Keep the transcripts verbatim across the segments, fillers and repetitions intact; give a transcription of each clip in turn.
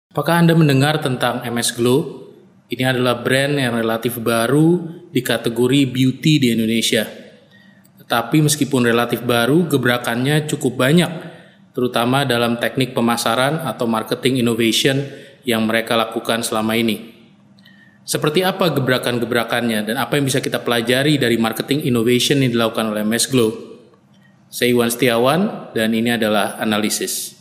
Apakah Anda mendengar tentang M S Glow? Ini adalah brand yang relatif baru di kategori beauty di Indonesia. Tetapi meskipun relatif baru, gebrakannya cukup banyak, terutama dalam teknik pemasaran atau marketing innovation yang mereka lakukan selama ini. Seperti apa gebrakan-gebrakannya dan apa yang bisa kita pelajari dari marketing innovation yang dilakukan oleh M S Glow? Saya Iwan Setiawan dan ini adalah analisis.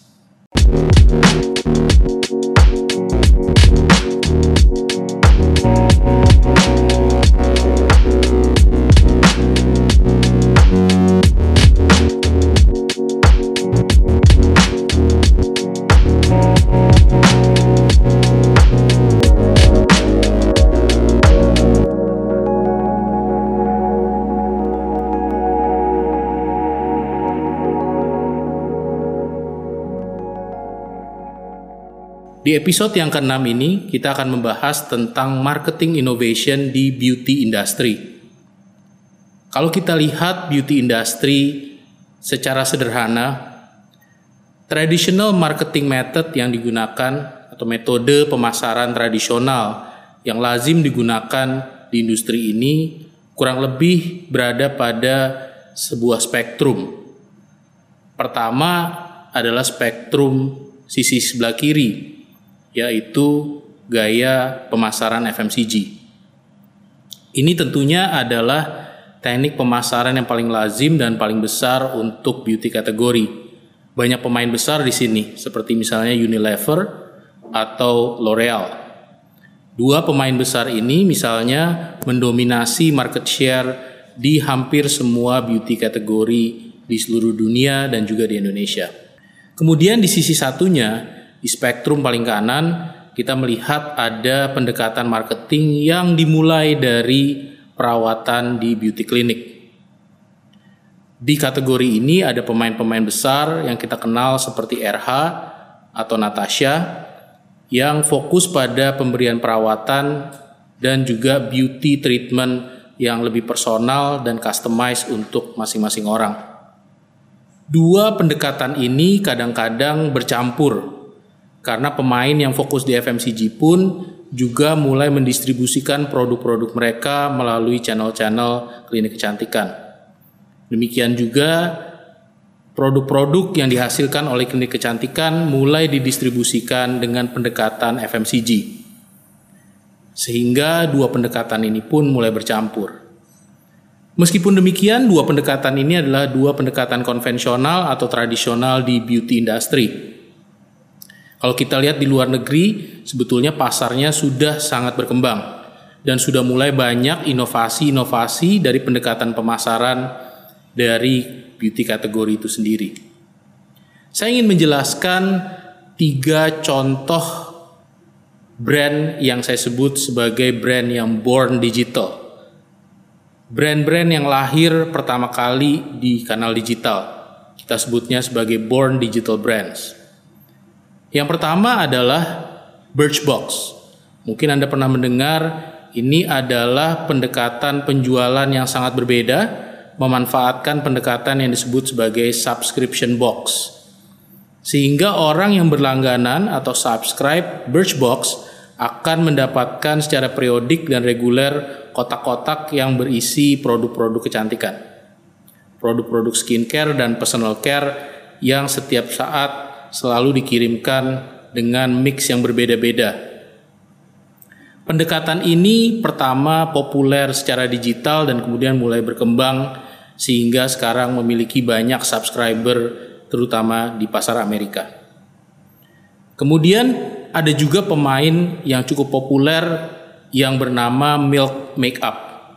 Di episode yang keenam ini, kita akan membahas tentang marketing innovation di beauty industry. Kalau kita lihat beauty industry secara sederhana, traditional marketing method yang digunakan atau metode pemasaran tradisional yang lazim digunakan di industri ini kurang lebih berada pada sebuah spektrum. Pertama adalah spektrum sisi sebelah kiri, yaitu gaya pemasaran F M C G. Ini tentunya adalah teknik pemasaran yang paling lazim dan paling besar untuk beauty kategori. Banyak pemain besar di sini, seperti misalnya Unilever atau L'Oreal. Dua pemain besar ini misalnya mendominasi market share di hampir semua beauty kategori di seluruh dunia dan juga di Indonesia. Kemudian di sisi satunya, di spektrum paling kanan, kita melihat ada pendekatan marketing yang dimulai dari perawatan di beauty clinic. Di kategori ini ada pemain-pemain besar yang kita kenal seperti R H atau Natasha yang fokus pada pemberian perawatan dan juga beauty treatment yang lebih personal dan customized untuk masing-masing orang. Dua pendekatan ini kadang-kadang bercampur, karena pemain yang fokus di F M C G pun juga mulai mendistribusikan produk-produk mereka melalui channel-channel klinik kecantikan. Demikian juga produk-produk yang dihasilkan oleh klinik kecantikan mulai didistribusikan dengan pendekatan F M C G. Sehingga dua pendekatan ini pun mulai bercampur. Meskipun demikian, dua pendekatan ini adalah dua pendekatan konvensional atau tradisional di beauty industry. Kalau kita lihat di luar negeri, sebetulnya pasarnya sudah sangat berkembang dan sudah mulai banyak inovasi-inovasi dari pendekatan pemasaran dari beauty kategori itu sendiri. Saya ingin menjelaskan tiga contoh brand yang saya sebut sebagai brand yang born digital. Brand-brand yang lahir pertama kali di kanal digital. Kita sebutnya sebagai born digital brands. Yang pertama adalah Birchbox. Mungkin Anda pernah mendengar, ini adalah pendekatan penjualan yang sangat berbeda, memanfaatkan pendekatan yang disebut sebagai subscription box. Sehingga orang yang berlangganan atau subscribe Birchbox akan mendapatkan secara periodik dan reguler kotak-kotak yang berisi produk-produk kecantikan. Produk-produk skincare dan personal care yang setiap saat selalu dikirimkan dengan mix yang berbeda-beda. Pendekatan ini pertama populer secara digital dan kemudian mulai berkembang sehingga sekarang memiliki banyak subscriber terutama di pasar Amerika. Kemudian ada juga pemain yang cukup populer yang bernama Milk Makeup.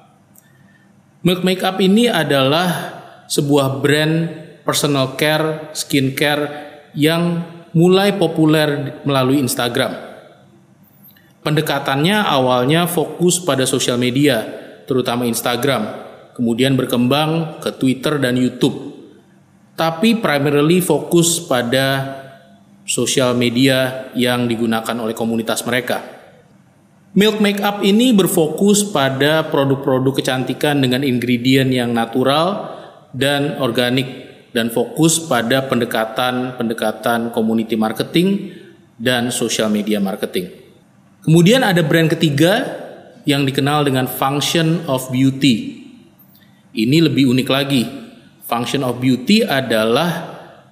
Milk Makeup ini adalah sebuah brand personal care, skincare yang mulai populer melalui Instagram. Pendekatannya awalnya fokus pada sosial media, terutama Instagram, kemudian berkembang ke Twitter dan YouTube. Tapi primarily fokus pada sosial media yang digunakan oleh komunitas mereka. Milk Makeup ini berfokus pada produk-produk kecantikan dengan ingredient yang natural dan organik dan fokus pada pendekatan-pendekatan community marketing dan social media marketing. Kemudian ada brand ketiga yang dikenal dengan function of beauty. Ini lebih unik lagi. Function of beauty adalah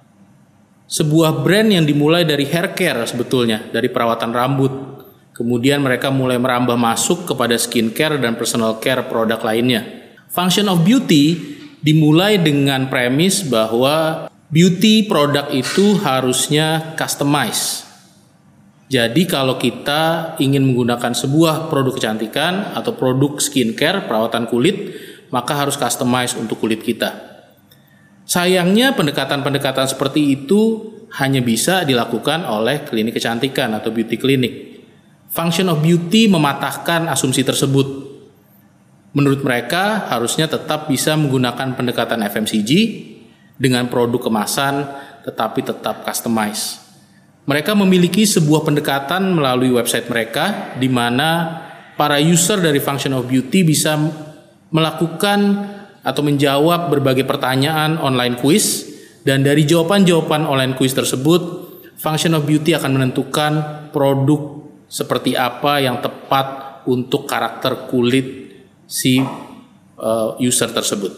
sebuah brand yang dimulai dari hair care sebetulnya, dari perawatan rambut. Kemudian mereka mulai merambah masuk kepada skincare dan personal care produk lainnya. Function of beauty dimulai dengan premis bahwa beauty produk itu harusnya customize. Jadi kalau kita ingin menggunakan sebuah produk kecantikan atau produk skincare, perawatan kulit, maka harus customize untuk kulit kita. Sayangnya pendekatan-pendekatan seperti itu hanya bisa dilakukan oleh klinik kecantikan atau beauty clinic. Function of beauty mematahkan asumsi tersebut. Menurut mereka harusnya tetap bisa menggunakan pendekatan F M C G dengan produk kemasan tetapi tetap customize. Mereka memiliki sebuah pendekatan melalui website mereka di mana para user dari Function of Beauty bisa melakukan atau menjawab berbagai pertanyaan online quiz, dan dari jawaban-jawaban online quiz tersebut Function of Beauty akan menentukan produk seperti apa yang tepat untuk karakter kulit si uh, user tersebut.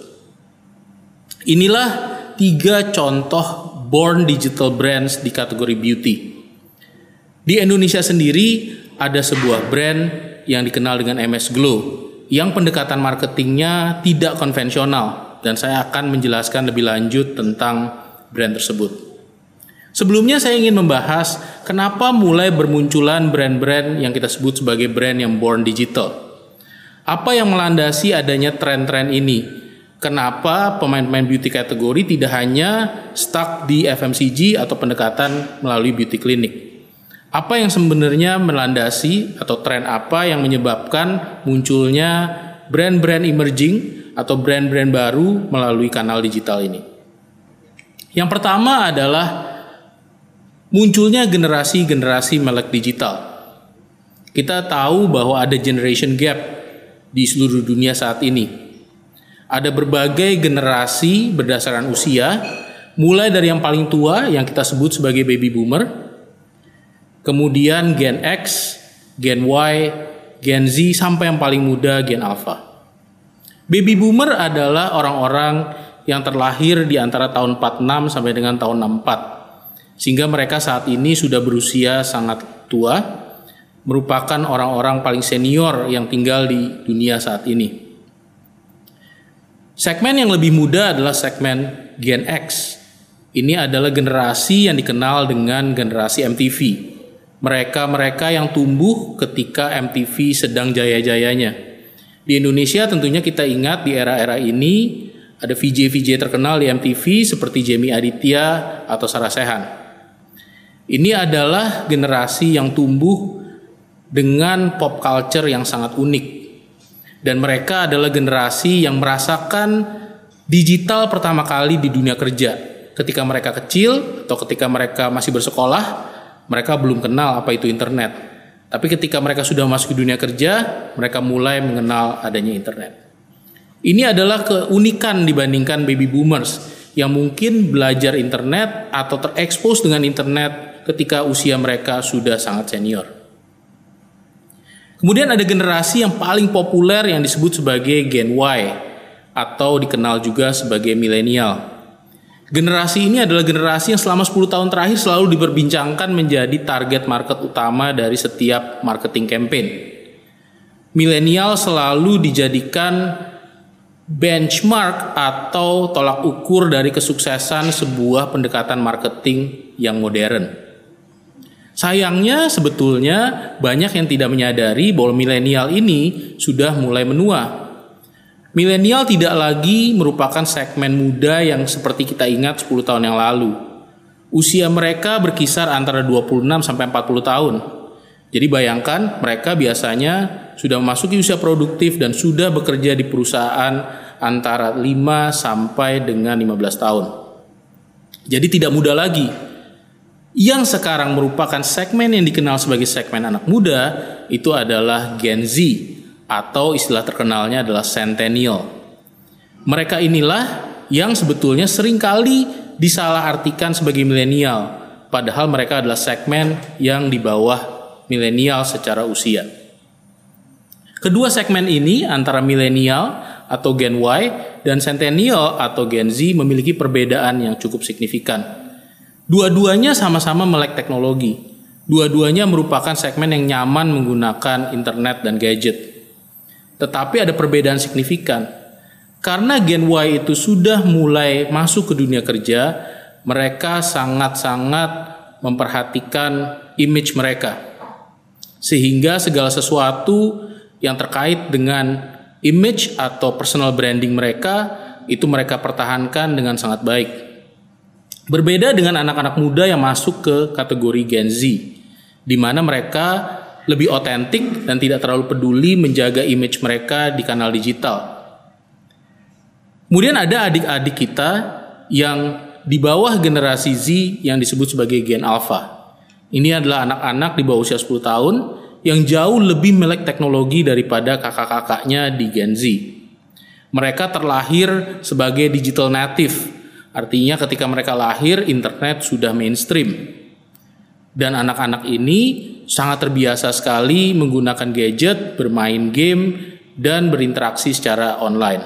Inilah tiga contoh born digital brands di kategori beauty. Di Indonesia sendiri ada sebuah brand yang dikenal dengan M S Glow yang pendekatan marketingnya tidak konvensional, dan saya akan menjelaskan lebih lanjut tentang brand tersebut. Sebelumnya saya ingin membahas kenapa mulai bermunculan brand-brand yang kita sebut sebagai brand yang born digital. Apa yang melandasi adanya tren-tren ini? Kenapa pemain-pemain beauty kategori tidak hanya stuck di F M C G atau pendekatan melalui beauty clinic? Apa yang sebenarnya melandasi atau tren apa yang menyebabkan munculnya brand-brand emerging atau brand-brand baru melalui kanal digital ini? Yang pertama adalah munculnya generasi-generasi melek digital. Kita tahu bahwa ada generation gap di seluruh dunia saat ini. Ada berbagai generasi berdasarkan usia, mulai dari yang paling tua yang kita sebut sebagai baby boomer, kemudian Gen X, Gen Y, Gen Z, sampai yang paling muda Gen Alpha. Baby boomer adalah orang-orang yang terlahir di antara tahun empat puluh enam sampai dengan tahun enam puluh empat. Sehingga mereka saat ini sudah berusia sangat tua, merupakan orang-orang paling senior yang tinggal di dunia saat ini. Segmen yang lebih muda adalah segmen Gen X. Ini adalah generasi yang dikenal dengan generasi M T V. Mereka-mereka yang tumbuh ketika M T V sedang jaya-jayanya. Di Indonesia tentunya kita ingat di era-era ini ada V J-V J terkenal di M T V seperti Jamie Aditya atau Sarah Sechan. Ini adalah generasi yang tumbuh dengan pop culture yang sangat unik. Dan mereka adalah generasi yang merasakan digital pertama kali di dunia kerja. Ketika mereka kecil atau ketika mereka masih bersekolah, mereka belum kenal apa itu internet. Tapi ketika mereka sudah masuk ke dunia kerja, mereka mulai mengenal adanya internet. Ini adalah keunikan dibandingkan baby boomers yang mungkin belajar internet atau terekspos dengan internet ketika usia mereka sudah sangat senior. Kemudian ada generasi yang paling populer yang disebut sebagai Gen Y atau dikenal juga sebagai milenial. Generasi ini adalah generasi yang selama sepuluh tahun terakhir selalu diperbincangkan menjadi target market utama dari setiap marketing campaign. Milenial selalu dijadikan benchmark atau tolak ukur dari kesuksesan sebuah pendekatan marketing yang modern. Sayangnya sebetulnya banyak yang tidak menyadari bahwa milenial ini sudah mulai menua. Milenial tidak lagi merupakan segmen muda yang seperti kita ingat sepuluh tahun yang lalu. Usia mereka berkisar antara dua puluh enam sampai empat puluh tahun. Jadi bayangkan mereka biasanya sudah memasuki usia produktif dan sudah bekerja di perusahaan antara lima sampai dengan lima belas tahun. Jadi tidak muda lagi. Yang sekarang merupakan segmen yang dikenal sebagai segmen anak muda itu adalah Gen Z atau istilah terkenalnya adalah Centennial. Mereka inilah yang sebetulnya seringkali disalahartikan sebagai milenial. padahal mereka adalah segmen yang di bawah milenial secara usia. Kedua segmen ini antara milenial atau Gen Y dan Centennial atau Gen Z memiliki perbedaan yang cukup signifikan. Dua-duanya sama-sama melek teknologi. Dua-duanya merupakan segmen yang nyaman menggunakan internet dan gadget. Tetapi ada perbedaan signifikan. Karena Gen Y itu sudah mulai masuk ke dunia kerja, mereka sangat-sangat memperhatikan image mereka. Sehingga segala sesuatu yang terkait dengan image atau personal branding mereka, itu mereka pertahankan dengan sangat baik. Berbeda dengan anak-anak muda yang masuk ke kategori Gen Z, di mana mereka lebih otentik dan tidak terlalu peduli menjaga image mereka di kanal digital. Kemudian ada adik-adik kita yang di bawah generasi Z yang disebut sebagai Gen Alpha. Ini adalah anak-anak di bawah usia sepuluh tahun yang jauh lebih melek teknologi daripada kakak-kakaknya di Gen Z. Mereka terlahir sebagai digital native, artinya ketika mereka lahir internet sudah mainstream. Dan anak-anak ini sangat terbiasa sekali menggunakan gadget, bermain game, dan berinteraksi secara online.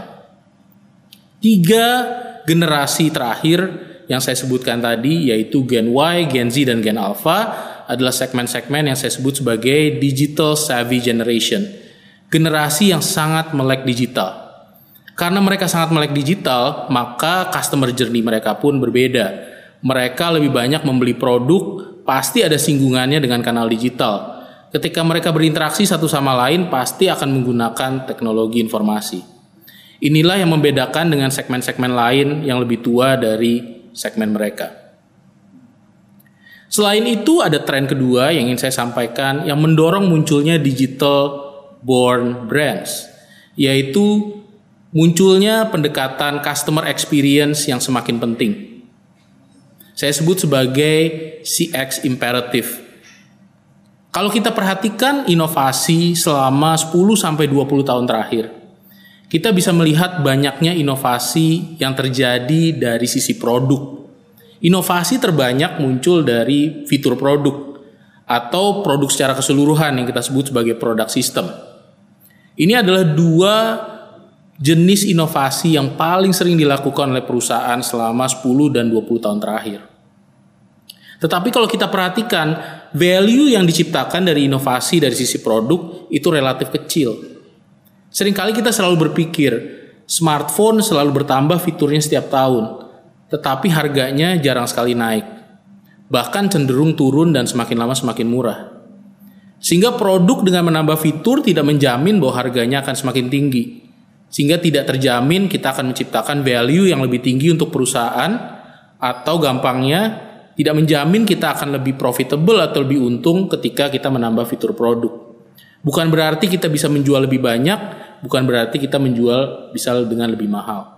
Tiga generasi terakhir yang saya sebutkan tadi, yaitu Gen Y, Gen Z, dan Gen Alpha, adalah segmen-segmen yang saya sebut sebagai digital savvy generation. Generasi yang sangat melek digital. Karena mereka sangat melek digital, maka customer journey mereka pun berbeda. Mereka lebih banyak membeli produk, pasti ada singgungannya dengan kanal digital. Ketika mereka berinteraksi satu sama lain, pasti akan menggunakan teknologi informasi. Inilah yang membedakan dengan segmen-segmen lain yang lebih tua dari segmen mereka. Selain itu ada tren kedua yang ingin saya sampaikan yang mendorong munculnya digital born brands, yaitu munculnya pendekatan customer experience yang semakin penting. Saya sebut sebagai C X imperative. Kalau kita perhatikan inovasi selama sepuluh sampai dua puluh tahun terakhir, kita bisa melihat banyaknya inovasi yang terjadi dari sisi produk. Inovasi terbanyak muncul dari fitur produk atau produk secara keseluruhan yang kita sebut sebagai product system. Ini adalah dua jenis inovasi yang paling sering dilakukan oleh perusahaan selama sepuluh dan dua puluh tahun terakhir. Tetapi kalau kita perhatikan, value yang diciptakan dari inovasi dari sisi produk itu relatif kecil. Seringkali kita selalu berpikir, smartphone selalu bertambah fiturnya setiap tahun, tetapi harganya jarang sekali naik. Bahkan cenderung turun dan semakin lama semakin murah. Sehingga produk dengan menambah fitur tidak menjamin bahwa harganya akan semakin tinggi. Sehingga tidak terjamin kita akan menciptakan value yang lebih tinggi untuk perusahaan, atau gampangnya tidak menjamin kita akan lebih profitable atau lebih untung ketika kita menambah fitur produk. Bukan berarti kita bisa menjual lebih banyak, bukan berarti kita menjual bisa dengan lebih mahal.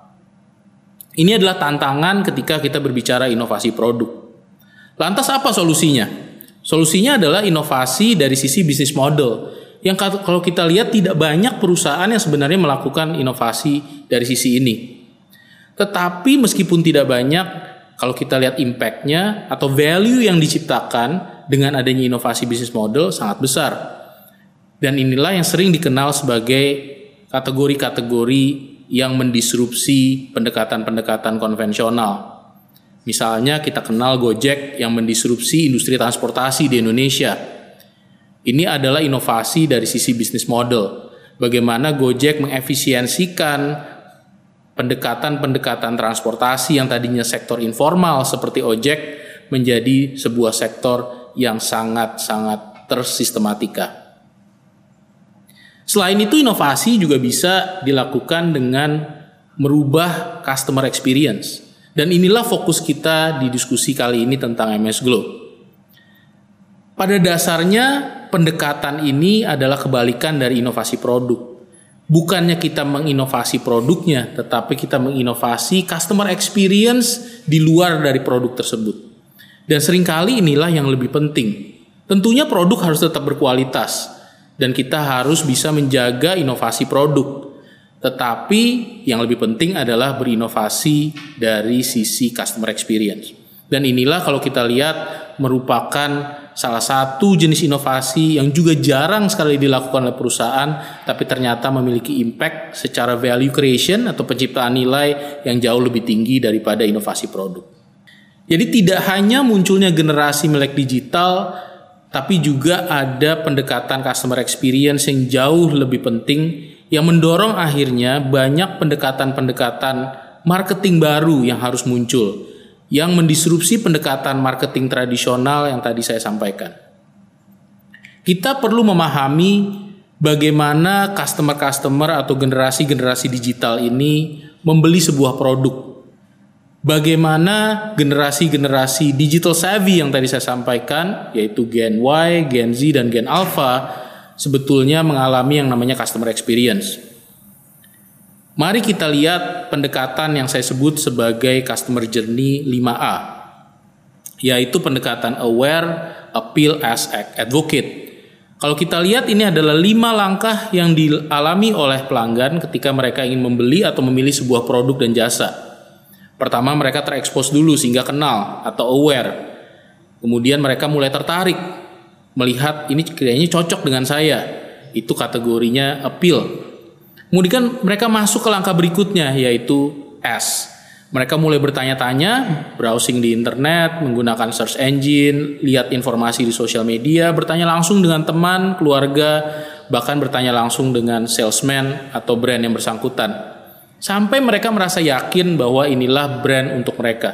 Ini adalah tantangan ketika kita berbicara inovasi produk. Lantas apa solusinya? Solusinya adalah inovasi dari sisi bisnis model. Yang kalau kita lihat tidak banyak perusahaan yang sebenarnya melakukan inovasi dari sisi ini. Tetapi meskipun tidak banyak, kalau kita lihat impact-nya atau value yang diciptakan dengan adanya inovasi bisnis model sangat besar. Dan inilah yang sering dikenal sebagai kategori-kategori yang mendisrupsi pendekatan-pendekatan konvensional. Misalnya kita kenal Gojek yang mendisrupsi industri transportasi di Indonesia. Ini adalah inovasi dari sisi bisnis model. Bagaimana Gojek mengefisiensikan pendekatan-pendekatan transportasi yang tadinya sektor informal seperti ojek menjadi sebuah sektor yang sangat-sangat tersistematika. Selain itu, inovasi juga bisa dilakukan dengan merubah customer experience. Dan inilah fokus kita di diskusi kali ini tentang M S Glow. Pada dasarnya, pendekatan ini adalah kebalikan dari inovasi produk. Bukannya kita menginovasi produknya, tetapi kita menginovasi customer experience di luar dari produk tersebut. Dan seringkali inilah yang lebih penting. Tentunya produk harus tetap berkualitas. Dan kita harus bisa menjaga inovasi produk. Tetapi yang lebih penting adalah berinovasi dari sisi customer experience. Dan inilah kalau kita lihat merupakan salah satu jenis inovasi yang juga jarang sekali dilakukan oleh perusahaan, tapi ternyata memiliki impact secara value creation atau penciptaan nilai yang jauh lebih tinggi daripada inovasi produk. Jadi tidak hanya munculnya generasi melek digital, tapi juga ada pendekatan customer experience yang jauh lebih penting yang mendorong akhirnya banyak pendekatan-pendekatan marketing baru yang harus muncul, yang mendisrupsi pendekatan marketing tradisional yang tadi saya sampaikan. Kita perlu memahami bagaimana customer-customer atau generasi-generasi digital ini membeli sebuah produk. Bagaimana generasi-generasi digital savvy yang tadi saya sampaikan, yaitu Gen Y, Gen Z, dan Gen Alpha, sebetulnya mengalami yang namanya customer experience. Mari kita lihat pendekatan yang saya sebut sebagai customer journey lima A, yaitu pendekatan aware, appeal, ask, advocate. Kalau kita lihat ini adalah lima langkah yang dialami oleh pelanggan ketika mereka ingin membeli atau memilih sebuah produk dan jasa. Pertama, mereka terekspos dulu sehingga kenal atau aware. Kemudian mereka mulai tertarik, melihat ini kayaknya cocok dengan saya. Itu kategorinya appeal. Kemudian mereka masuk ke langkah berikutnya, yaitu S. Mereka mulai bertanya-tanya, browsing di internet, menggunakan search engine, lihat informasi di sosial media, bertanya langsung dengan teman, keluarga, bahkan bertanya langsung dengan salesman atau brand yang bersangkutan. Sampai mereka merasa yakin bahwa inilah brand untuk mereka.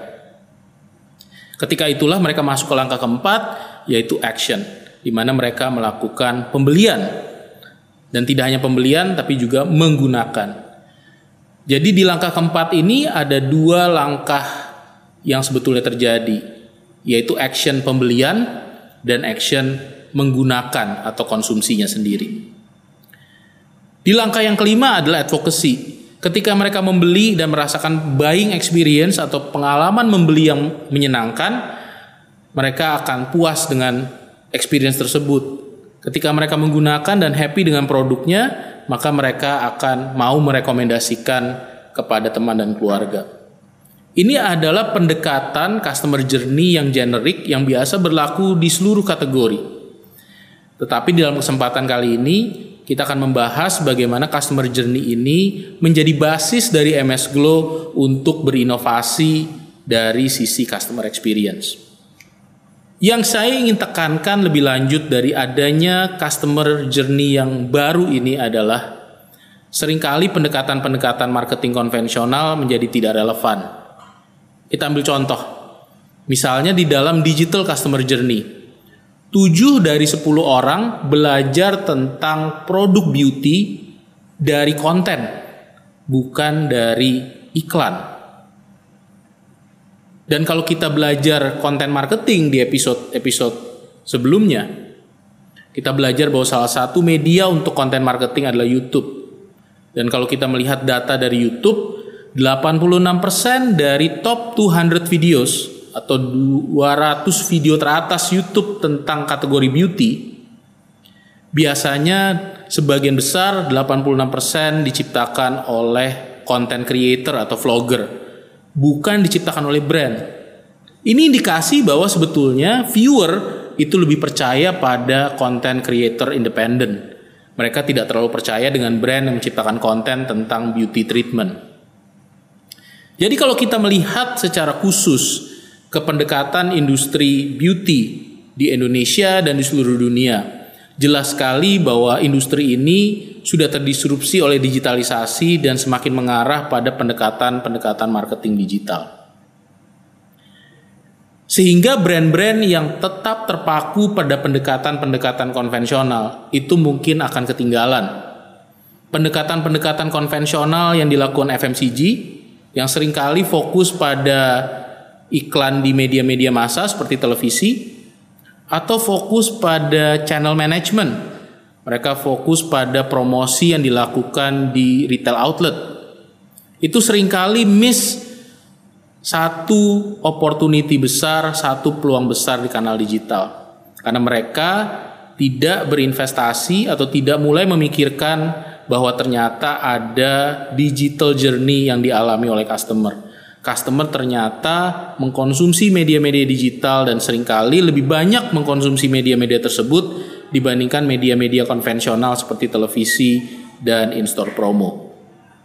Ketika itulah mereka masuk ke langkah keempat, yaitu action, di mana mereka melakukan pembelian. Dan tidak hanya pembelian, tapi juga menggunakan. Jadi di langkah keempat ini ada dua langkah yang sebetulnya terjadi, yaitu action pembelian dan action menggunakan atau konsumsinya sendiri. Di langkah yang kelima adalah advocacy. Ketika mereka membeli dan merasakan buying experience atau pengalaman membeli yang menyenangkan, mereka akan puas dengan experience tersebut. Ketika mereka menggunakan dan happy dengan produknya, maka mereka akan mau merekomendasikan kepada teman dan keluarga. Ini adalah pendekatan customer journey yang generik yang biasa berlaku di seluruh kategori. Tetapi di dalam kesempatan kali ini, kita akan membahas bagaimana customer journey ini menjadi basis dari M S Glow untuk berinovasi dari sisi customer experience. Yang saya ingin tekankan lebih lanjut dari adanya customer journey yang baru ini adalah seringkali pendekatan-pendekatan marketing konvensional menjadi tidak relevan. Kita ambil contoh. Misalnya di dalam digital customer journey, tujuh dari sepuluh orang belajar tentang produk beauty dari konten, bukan dari iklan. Dan kalau kita belajar konten marketing di episode-episode sebelumnya, kita belajar bahwa salah satu media untuk konten marketing adalah YouTube. Dan kalau kita melihat data dari YouTube, delapan puluh enam persen dari top dua ratus videos atau dua ratus video teratas YouTube tentang kategori beauty, biasanya sebagian besar delapan puluh enam persen diciptakan oleh content creator atau vlogger, bukan diciptakan oleh brand. Ini indikasi bahwa sebetulnya viewer itu lebih percaya pada content creator independen. Mereka tidak terlalu percaya dengan brand yang menciptakan konten tentang beauty treatment. Jadi kalau kita melihat secara khusus ke pendekatan industri beauty di Indonesia dan di seluruh dunia, jelas sekali bahwa industri ini sudah terdisrupsi oleh digitalisasi dan semakin mengarah pada pendekatan-pendekatan marketing digital. Sehingga brand-brand yang tetap terpaku pada pendekatan-pendekatan konvensional itu mungkin akan ketinggalan. Pendekatan-pendekatan konvensional yang dilakukan F M C G yang seringkali fokus pada iklan di media-media massa seperti televisi, atau fokus pada channel management. Mereka fokus pada promosi yang dilakukan di retail outlet. Itu seringkali miss satu opportunity besar, satu peluang besar di kanal digital. Karena mereka tidak berinvestasi atau tidak mulai memikirkan bahwa ternyata ada digital journey yang dialami oleh customer. Customer ternyata mengkonsumsi media-media digital dan seringkali lebih banyak mengkonsumsi media-media tersebut dibandingkan media-media konvensional seperti televisi dan in-store promo.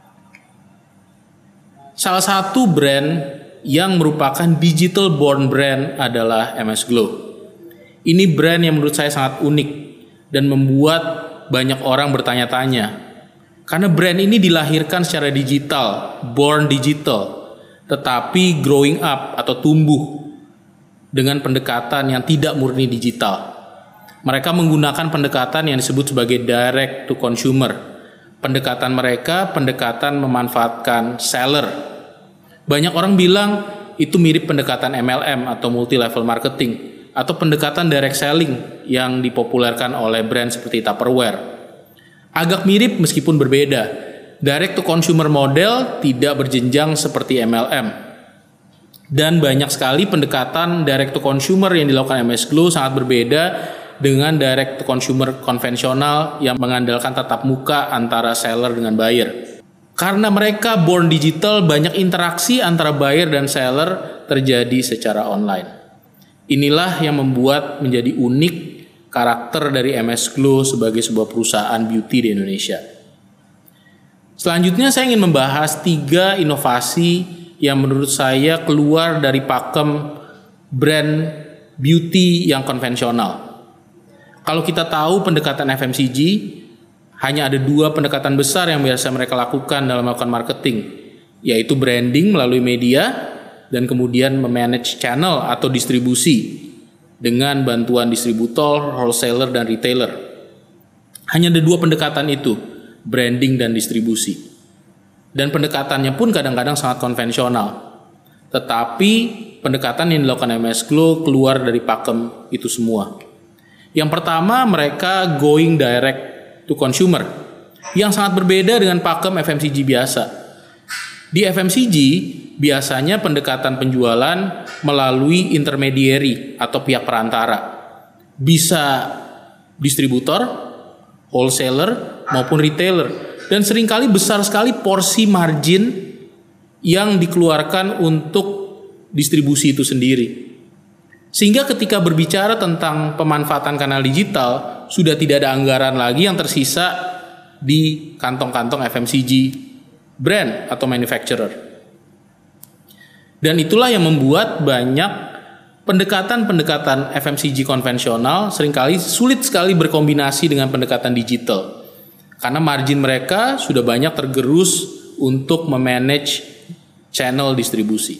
Salah satu brand yang merupakan digital born brand adalah M S Glow. Ini brand yang menurut saya sangat unik dan membuat banyak orang bertanya-tanya. Karena brand ini dilahirkan secara digital, born digital, tetapi growing up atau tumbuh dengan pendekatan yang tidak murni digital. Mereka menggunakan pendekatan yang disebut sebagai direct to consumer. Pendekatan mereka, pendekatan memanfaatkan seller. Banyak orang bilang itu mirip pendekatan M L M atau multi level marketing atau pendekatan direct selling yang dipopulerkan oleh brand seperti Tupperware. Agak mirip meskipun berbeda. Direct to consumer model tidak berjenjang seperti M L M. Dan banyak sekali pendekatan direct to consumer yang dilakukan M S Glow sangat berbeda dengan direct to consumer konvensional yang mengandalkan tatap muka antara seller dengan buyer. Karena mereka born digital, banyak interaksi antara buyer dan seller terjadi secara online. Inilah yang membuat menjadi unik karakter dari M S Glow sebagai sebuah perusahaan beauty di Indonesia. Selanjutnya saya ingin membahas tiga inovasi yang menurut saya keluar dari pakem brand beauty yang konvensional. Kalau kita tahu pendekatan F M C G, hanya ada dua pendekatan besar yang biasa mereka lakukan dalam melakukan marketing, yaitu branding melalui media dan kemudian memanage channel atau distribusi dengan bantuan distributor, wholesaler, dan retailer. Hanya ada dua pendekatan itu, branding dan distribusi. Dan pendekatannya pun kadang-kadang sangat konvensional. Tetapi pendekatan yang dilakukan M S Glow keluar dari pakem itu semua. Yang pertama, mereka going direct to consumer, yang sangat berbeda dengan pakem F M C G biasa. Di F M C G, biasanya pendekatan penjualan melalui intermediary atau pihak perantara. Bisa distributor, wholesaler, maupun retailer. Dan seringkali besar sekali porsi margin yang dikeluarkan untuk distribusi itu sendiri. Sehingga ketika berbicara tentang pemanfaatan kanal digital, sudah tidak ada anggaran lagi yang tersisa di kantong-kantong F M C G brand atau manufacturer. Dan itulah yang membuat banyak pendekatan-pendekatan F M C G konvensional seringkali sulit sekali berkombinasi dengan pendekatan digital. Karena margin mereka sudah banyak tergerus untuk memanage channel distribusi.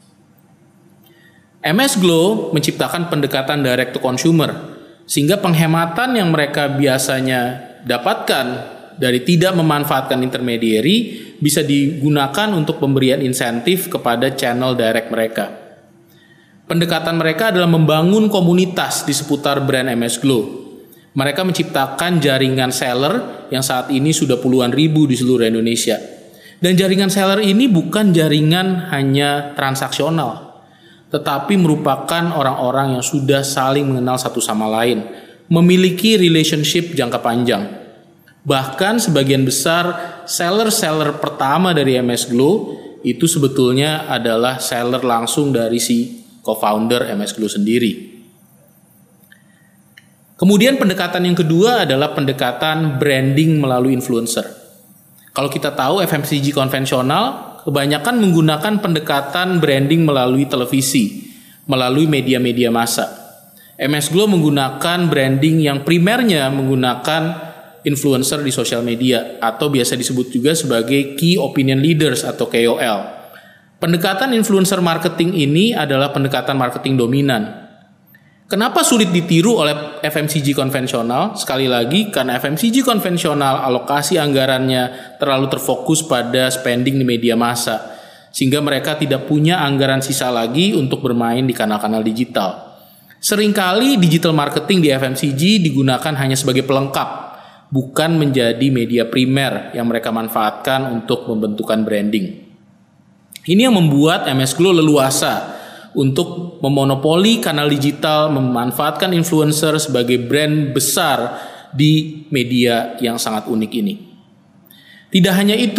M S Glow menciptakan pendekatan direct to consumer, sehingga penghematan yang mereka biasanya dapatkan dari tidak memanfaatkan intermediary bisa digunakan untuk pemberian insentif kepada channel direct mereka. Pendekatan mereka adalah membangun komunitas di seputar brand M S Glow. Mereka menciptakan jaringan seller yang saat ini sudah puluhan ribu di seluruh Indonesia. Dan jaringan seller ini bukan jaringan hanya transaksional, tetapi merupakan orang-orang yang sudah saling mengenal satu sama lain, memiliki relationship jangka panjang. Bahkan sebagian besar seller-seller pertama dari M S Glow itu sebetulnya adalah seller langsung dari si co-founder M S Glow sendiri. Kemudian pendekatan yang kedua adalah pendekatan branding melalui influencer. Kalau kita tahu F M C G konvensional kebanyakan menggunakan pendekatan branding melalui televisi, melalui media-media massa. M S Glow menggunakan branding yang primernya menggunakan influencer di sosial media atau biasa disebut juga sebagai key opinion leaders atau K O L. Pendekatan influencer marketing ini adalah pendekatan marketing dominan. Kenapa sulit ditiru oleh F M C G konvensional? Sekali lagi, karena F M C G konvensional alokasi anggarannya terlalu terfokus pada spending di media massa, sehingga mereka tidak punya anggaran sisa lagi untuk bermain di kanal-kanal digital. Seringkali digital marketing di F M C G digunakan hanya sebagai pelengkap, bukan menjadi media primer yang mereka manfaatkan untuk membentukkan branding. Ini yang membuat M S Glow leluasa untuk memonopoli kanal digital, memanfaatkan influencer sebagai brand besar di media yang sangat unik ini. Tidak hanya itu,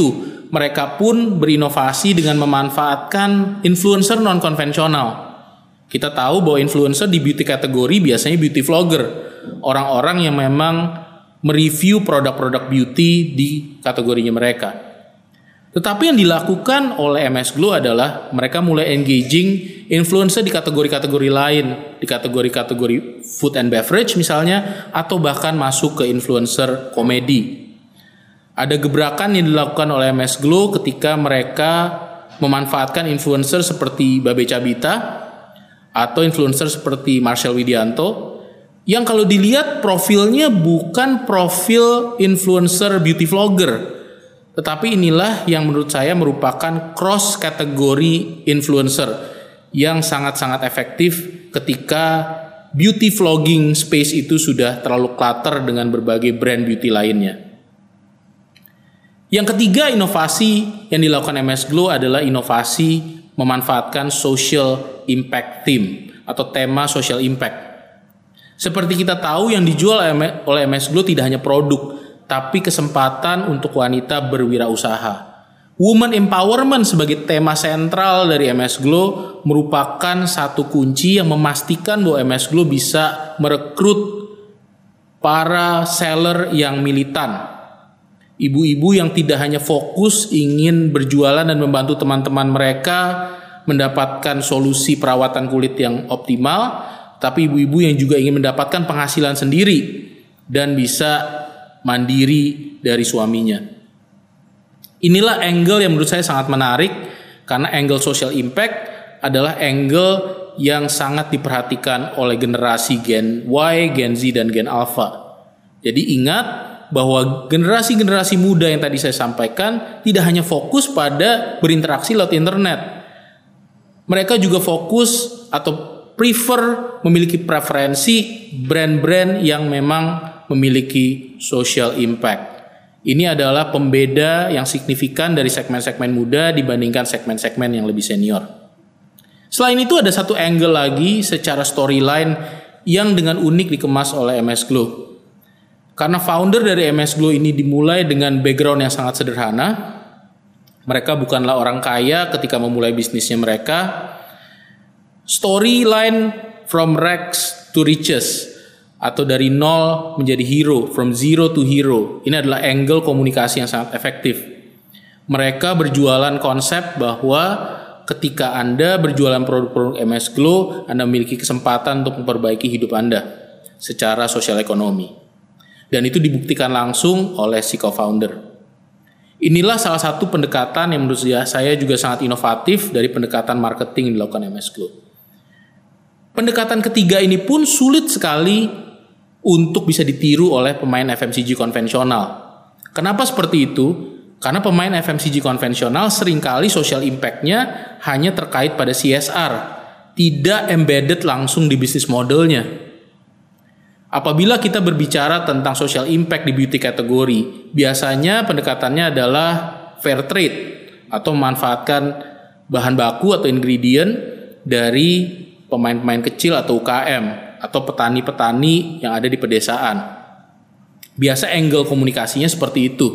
mereka pun berinovasi dengan memanfaatkan influencer non-konvensional. Kita tahu bahwa influencer di beauty kategori biasanya beauty vlogger, orang-orang yang memang mereview produk-produk beauty di kategorinya mereka. Tetapi yang dilakukan oleh M S Glow adalah mereka mulai engaging influencer di kategori-kategori lain, di kategori-kategori food and beverage misalnya, atau bahkan masuk ke influencer komedi. Ada gebrakan yang dilakukan oleh M S Glow ketika mereka memanfaatkan influencer seperti Babe Cabita atau influencer seperti Marcel Widianto, yang kalau dilihat profilnya bukan profil influencer beauty vlogger, tetapi inilah yang menurut saya merupakan cross kategori influencer yang sangat-sangat efektif ketika beauty vlogging space itu sudah terlalu clutter dengan berbagai brand beauty lainnya. Yang ketiga, inovasi yang dilakukan M S Glow adalah inovasi memanfaatkan social impact theme atau tema social impact. Seperti kita tahu, yang dijual oleh M S Glow tidak hanya produk, tapi kesempatan untuk wanita berwirausaha. Woman empowerment sebagai tema sentral dari M S Glow merupakan satu kunci yang memastikan bahwa M S Glow bisa merekrut para seller yang militan. Ibu-ibu yang tidak hanya fokus ingin berjualan dan membantu teman-teman mereka mendapatkan solusi perawatan kulit yang optimal, tapi ibu-ibu yang juga ingin mendapatkan penghasilan sendiri dan bisa mandiri dari suaminya. Inilah angle yang menurut saya sangat menarik, karena angle social impact adalah angle yang sangat diperhatikan oleh generasi Gen Y, Gen Z, dan Gen Alpha. Jadi ingat bahwa generasi-generasi muda yang tadi saya sampaikan tidak hanya fokus pada berinteraksi lewat internet. Mereka juga fokus atau prefer memiliki preferensi brand-brand yang memang memiliki social impact. Ini adalah pembeda yang signifikan dari segmen-segmen muda dibandingkan segmen-segmen yang lebih senior. Selain itu ada satu angle lagi secara storyline yang dengan unik dikemas oleh M S Glow. Karena founder dari M S Glow ini dimulai dengan background yang sangat sederhana. Mereka bukanlah orang kaya ketika memulai bisnisnya mereka. Storyline from rags to riches, atau dari nol menjadi hero, from zero to hero. Ini adalah angle komunikasi yang sangat efektif. Mereka berjualan konsep bahwa ketika Anda berjualan produk-produk M S Glow, Anda memiliki kesempatan untuk memperbaiki hidup Anda secara sosial ekonomi. Dan itu dibuktikan langsung oleh si co-founder. Inilah salah satu pendekatan yang menurut saya juga sangat inovatif dari pendekatan marketing yang dilakukan M S Glow. Pendekatan ketiga ini pun sulit sekali untuk bisa ditiru oleh pemain F M C G konvensional. Kenapa seperti itu? Karena pemain F M C G konvensional seringkali social impact-nya hanya terkait pada C S R, tidak embedded langsung di bisnis modelnya. Apabila kita berbicara tentang social impact di beauty kategori, biasanya pendekatannya adalah fair trade atau memanfaatkan bahan baku atau ingredient dari pemain-pemain kecil atau U K M atau petani-petani yang ada di pedesaan. Biasa angle komunikasinya seperti itu.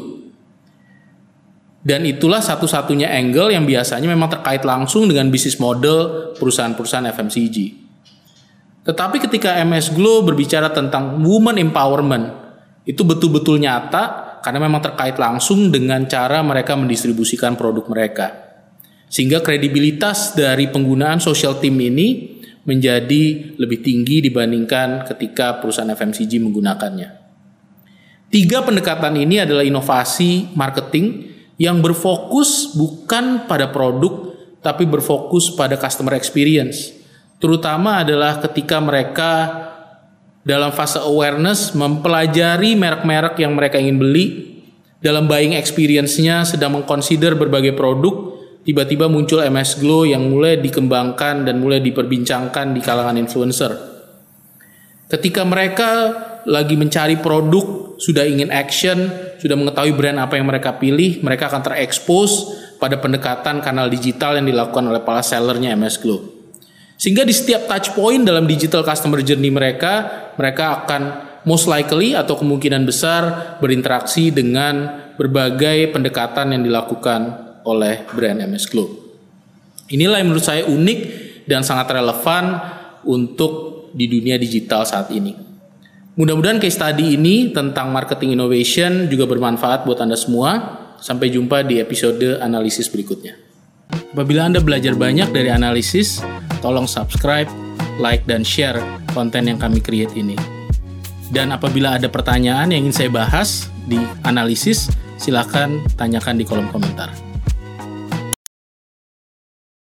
Dan itulah satu-satunya angle yang biasanya memang terkait langsung dengan bisnis model perusahaan-perusahaan F M C G. Tetapi ketika M S Glow berbicara tentang woman empowerment, itu betul-betul nyata karena memang terkait langsung dengan cara mereka mendistribusikan produk mereka. Sehingga kredibilitas dari penggunaan social team ini menjadi lebih tinggi dibandingkan ketika perusahaan F M C G menggunakannya. Tiga pendekatan ini adalah inovasi marketing yang berfokus bukan pada produk, tapi berfokus pada customer experience. Terutama adalah ketika mereka dalam fase awareness mempelajari merek-merek yang mereka ingin beli, dalam buying experience-nya sedang mengconsider berbagai produk, tiba-tiba muncul M S Glow yang mulai dikembangkan dan mulai diperbincangkan di kalangan influencer. Ketika mereka lagi mencari produk, sudah ingin action, sudah mengetahui brand apa yang mereka pilih, mereka akan terekspos pada pendekatan kanal digital yang dilakukan oleh para sellernya M S Glow. Sehingga di setiap touch point dalam digital customer journey mereka, mereka akan most likely atau kemungkinan besar berinteraksi dengan berbagai pendekatan yang dilakukan oleh brand M S Glow. Inilah yang menurut saya unik dan sangat relevan untuk di dunia digital saat ini. Mudah-mudahan case study ini tentang marketing innovation juga bermanfaat buat Anda semua. Sampai jumpa di episode analisis berikutnya. Apabila Anda belajar banyak dari analisis, tolong subscribe, like, dan share konten yang kami create ini. Dan apabila ada pertanyaan yang ingin saya bahas di analisis, silakan tanyakan di kolom komentar.